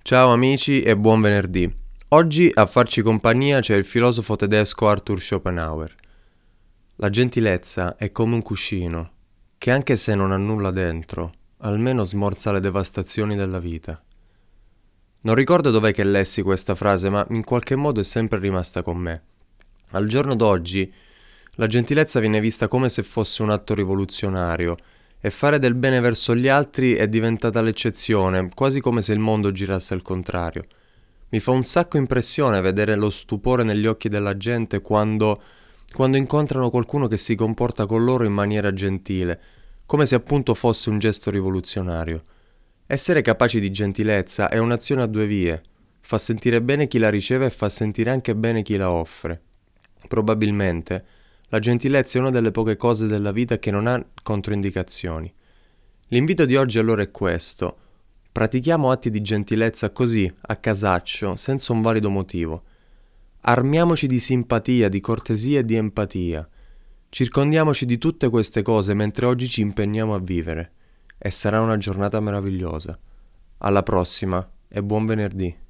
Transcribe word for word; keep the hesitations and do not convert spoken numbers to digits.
Ciao amici e buon venerdì. Oggi a farci compagnia c'è il filosofo tedesco Arthur Schopenhauer. La gentilezza è come un cuscino, che anche se non ha nulla dentro, almeno smorza le devastazioni della vita. Non ricordo dov'è che lessi questa frase, ma in qualche modo è sempre rimasta con me. Al giorno d'oggi, la gentilezza viene vista come se fosse un atto rivoluzionario, e fare del bene verso gli altri è diventata l'eccezione, quasi come se il mondo girasse al contrario. Mi fa un sacco impressione vedere lo stupore negli occhi della gente quando, quando incontrano qualcuno che si comporta con loro in maniera gentile, come se appunto fosse un gesto rivoluzionario. Essere capaci di gentilezza è un'azione a due vie. Fa sentire bene chi la riceve e fa sentire anche bene chi la offre. Probabilmente la gentilezza è una delle poche cose della vita che non ha controindicazioni. L'invito di oggi allora è questo. Pratichiamo atti di gentilezza così, a casaccio, senza un valido motivo. Armiamoci di simpatia, di cortesia e di empatia. Circondiamoci di tutte queste cose mentre oggi ci impegniamo a vivere. E sarà una giornata meravigliosa. Alla prossima e buon venerdì.